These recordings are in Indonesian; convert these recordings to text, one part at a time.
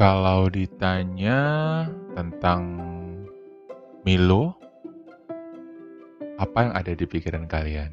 Kalau ditanya tentang Milo, apa yang ada di pikiran kalian?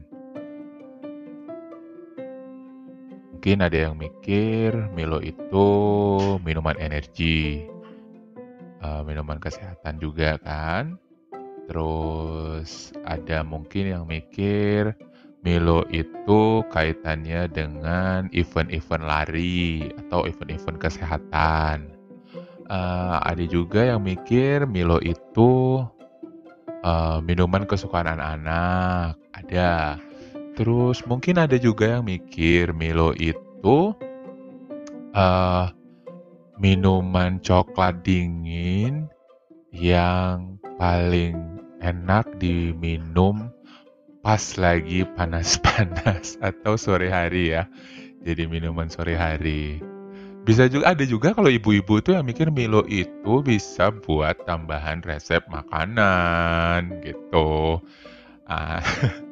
Mungkin ada yang mikir Milo itu minuman energi, minuman kesehatan juga kan. Terus ada mungkin yang mikir Milo itu kaitannya dengan event-event lari atau event-event kesehatan. Ada juga yang mikir Milo itu minuman kesukaan anak-anak, ada. Terus mungkin ada juga yang mikir Milo itu eh, minuman coklat dingin yang paling enak diminum pas lagi panas-panas atau sore hari ya. Jadi minuman sore hari. Bisa juga ada juga kalau ibu-ibu tuh yang mikir Milo itu bisa buat tambahan resep makanan gitu. Ah,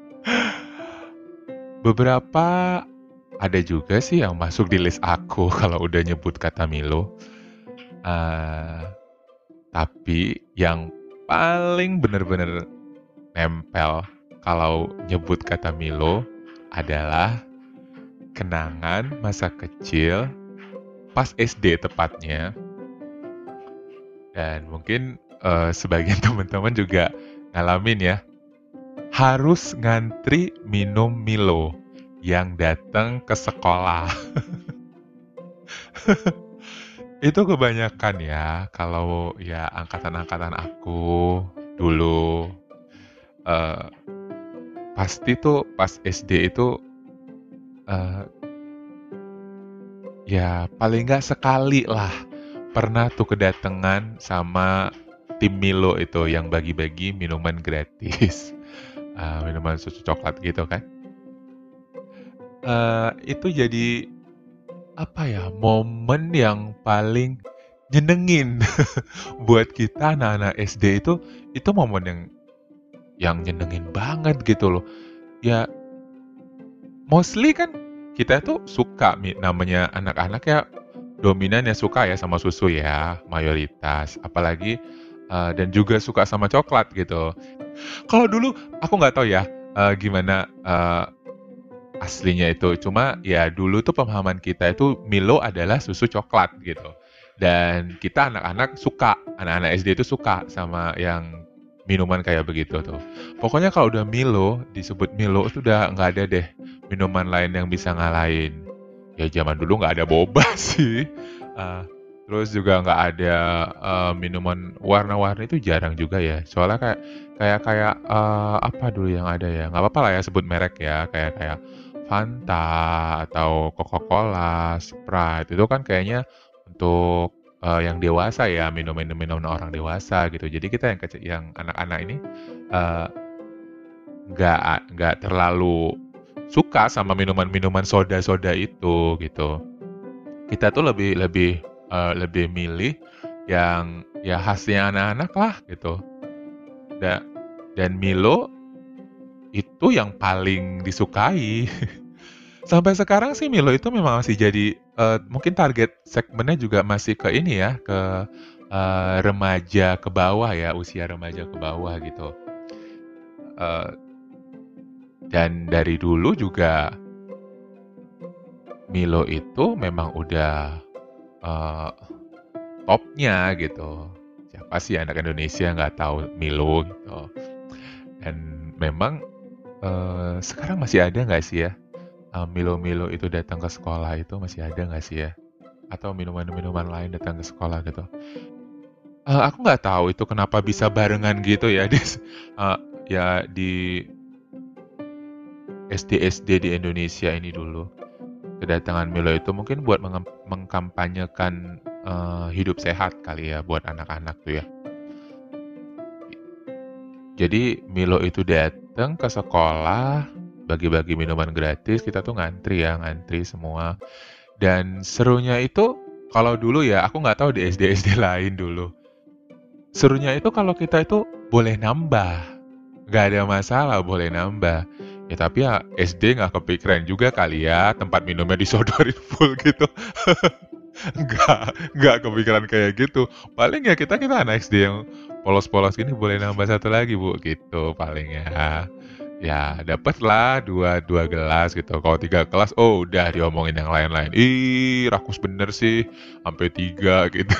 beberapa ada juga sih yang masuk di list aku kalau udah nyebut kata Milo. Ah, tapi yang paling bener-bener nempel kalau nyebut kata Milo adalah kenangan masa kecil pas SD tepatnya. Dan mungkin sebagian teman-teman juga ngalamin ya, harus ngantri minum Milo yang datang ke sekolah. Itu kebanyakan ya, kalau ya angkatan-angkatan aku dulu eh, pasti tuh pas SD itu eh, ya paling nggak sekali lah pernah tuh kedatangan sama tim Milo itu yang bagi-bagi minuman gratis. Minuman susu coklat gitu kan. Itu jadi apa ya, momen yang paling nyenengin buat kita anak-anak SD itu momen yang nyenengin banget gitu loh. Ya mostly kan kita tuh suka namanya anak-anak ya dominan ya suka ya sama susu ya mayoritas, apalagi dan juga suka sama coklat gitu. Kalau dulu aku nggak tahu ya gimana aslinya itu. Cuma ya dulu tuh pemahaman kita itu Milo adalah susu coklat gitu. Dan kita anak-anak suka, anak-anak SD itu suka sama yang minuman kayak begitu tuh. Pokoknya kalau udah Milo, disebut Milo itu udah nggak ada deh minuman lain yang bisa ngalahin. Ya zaman dulu nggak ada boba sih. Eh, terus juga nggak ada minuman warna-warni itu jarang juga ya. Soalnya kayak apa dulu yang ada ya? Nggak apa-apa lah ya sebut merek ya. Kayak kayak Fanta atau Coca-Cola, Sprite itu kan kayaknya untuk yang dewasa ya, minum-minum orang dewasa gitu. Jadi kita yang kecil, yang anak-anak ini eh, nggak terlalu suka sama minuman-minuman soda-soda itu gitu. Kita tuh lebih lebih lebih milih yang ya khasnya anak-anak lah gitu. Da- dan Milo itu yang paling disukai. Sampai sekarang sih Milo itu memang masih jadi mungkin target segmennya juga masih ke ini ya, ke remaja ke bawah ya, usia remaja ke bawah gitu. Eh, dan dari dulu juga Milo itu memang udah eh, topnya gitu. Siapa sih anak Indonesia nggak tahu Milo gitu. Dan memang sekarang masih ada nggak sih ya Milo-Milo itu datang ke sekolah itu masih ada nggak sih ya? Atau minuman-minuman lain datang ke sekolah gitu? Aku nggak tahu itu kenapa bisa barengan gitu ya eh, ya di SD-SD di Indonesia ini dulu. Kedatangan Milo itu mungkin buat mengkampanyekan hidup sehat kali ya buat anak-anak tuh ya. Jadi Milo itu datang ke sekolah, bagi-bagi minuman gratis, kita tuh ngantri ya, ngantri semua. Dan serunya itu, kalau dulu ya, aku nggak tahu di SD-SD lain dulu. Serunya itu kalau kita itu boleh nambah. Nggak ada masalah, boleh nambah. Ya tapi ya SD nggak kepikiran juga kali ya, tempat minumnya disodorin full gitu. Enggak kepikiran kayak gitu. Paling ya kita anak SD yang polos-polos gini boleh nambah satu lagi Bu, gitu paling ya. Ya dapatlah dua gelas gitu. Kalau 3 gelas, oh udah diomongin yang lain-lain. Ih, rakus bener sih, sampai 3 gitu.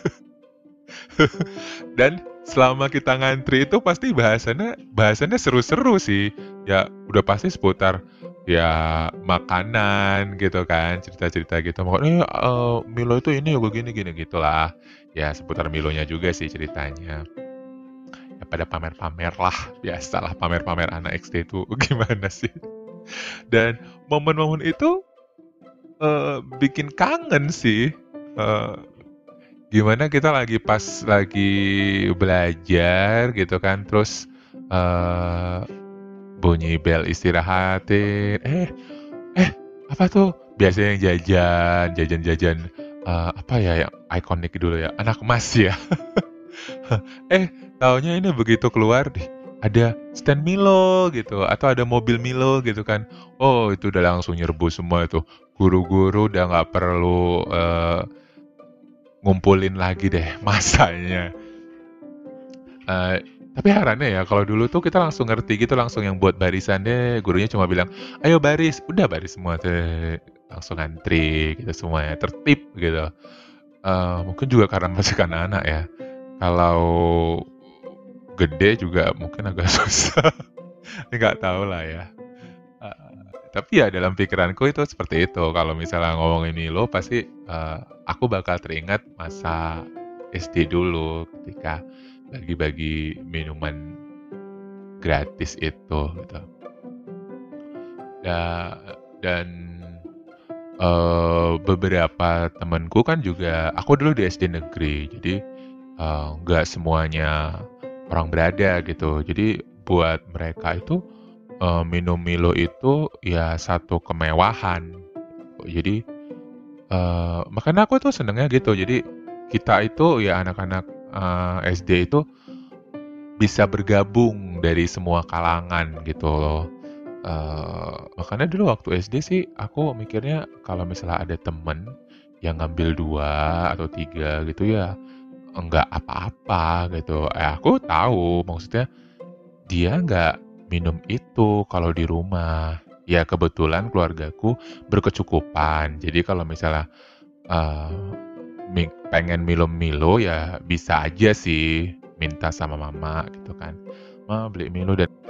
Dan selama kita ngantri itu pasti bahasannya seru-seru sih. Ya udah pasti seputar ya makanan gitu kan, cerita-cerita gitu. Makanya Milo itu ini ya begini gini gitulah. Ya seputar Milonya juga sih ceritanya. Ya pada pamer-pamer lah, biasalah pamer-pamer anak XD itu gimana sih. Dan momen-momen itu bikin kangen sih. Eh, Gimana kita lagi belajar gitu kan, terus eh bunyi bel istirahatin, eh apa tuh? Biasanya yang jajan-jajan apa ya yang ikonik dulu ya, anak emas ya. Eh, taunya ini begitu keluar deh, ada stand Milo gitu, atau ada mobil Milo gitu kan. Oh, itu udah langsung nyerbu semua itu. Guru-guru udah nggak perlu ngumpulin lagi deh masanya. Eh, tapi herannya ya, kalau dulu tuh kita langsung ngerti gitu, langsung yang buat barisan deh, gurunya cuma bilang, ayo baris, udah baris semua tuh, langsung ngantri gitu semuanya, tertib gitu. Mungkin juga karena masih anak-anak ya, kalau gede juga mungkin agak susah, nggak tahu lah ya. Eh, tapi ya dalam pikiranku itu seperti itu, kalau misalnya ngomongin Milo pasti aku bakal teringat masa SD dulu ketika bagi-bagi minuman gratis itu gitu. Dan beberapa temenku kan juga, aku dulu di SD negeri, jadi nggak semuanya orang berada gitu. Jadi buat mereka itu minum Milo itu ya satu kemewahan. Jadi makanya aku tuh senengnya gitu. Jadi kita itu ya anak-anak SD itu bisa bergabung dari semua kalangan gitu loh. Makanya dulu waktu SD sih aku mikirnya kalau misalnya ada temen yang ngambil 2 atau 3 gitu ya enggak apa-apa gitu. Aku tahu maksudnya dia nggak minum itu kalau di rumah. Ya kebetulan keluargaku berkecukupan. Jadi kalau misalnya eee, pengen minum Milo ya bisa aja sih minta sama mama gitu kan. "Ma, beli Milo."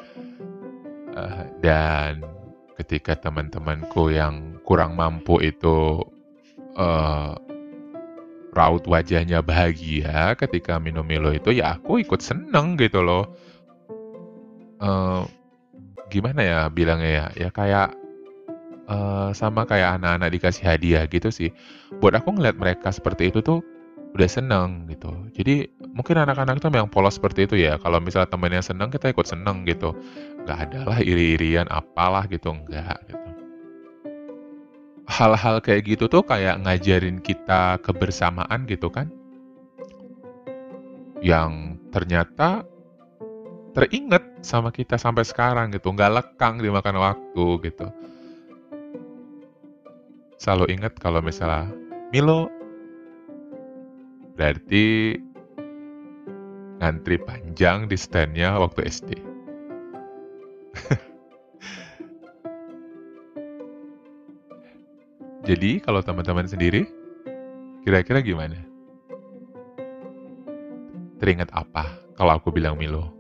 Dan ketika teman-temanku yang kurang mampu itu eee, raut wajahnya bahagia ketika minum Milo itu, ya aku ikut seneng gitu loh. Eee, Gimana ya bilangnya ya, ya kayak sama kayak anak-anak dikasih hadiah gitu sih. Buat aku ngeliat mereka seperti itu tuh udah seneng gitu. Jadi mungkin anak-anak itu memang polos seperti itu ya, kalau misalnya temennya seneng kita ikut seneng gitu. Nggak ada lah iri-irian apalah gitu, enggak gitu. Hal-hal kayak gitu tuh kayak ngajarin kita kebersamaan gitu kan, yang ternyata teringat sama kita sampai sekarang gitu, nggak lekang dimakan waktu gitu. Selalu ingat kalau misalnya Milo, berarti ngantri panjang di stand-nya waktu SD. Jadi kalau teman-teman sendiri, kira-kira gimana? Teringat apa kalau aku bilang Milo?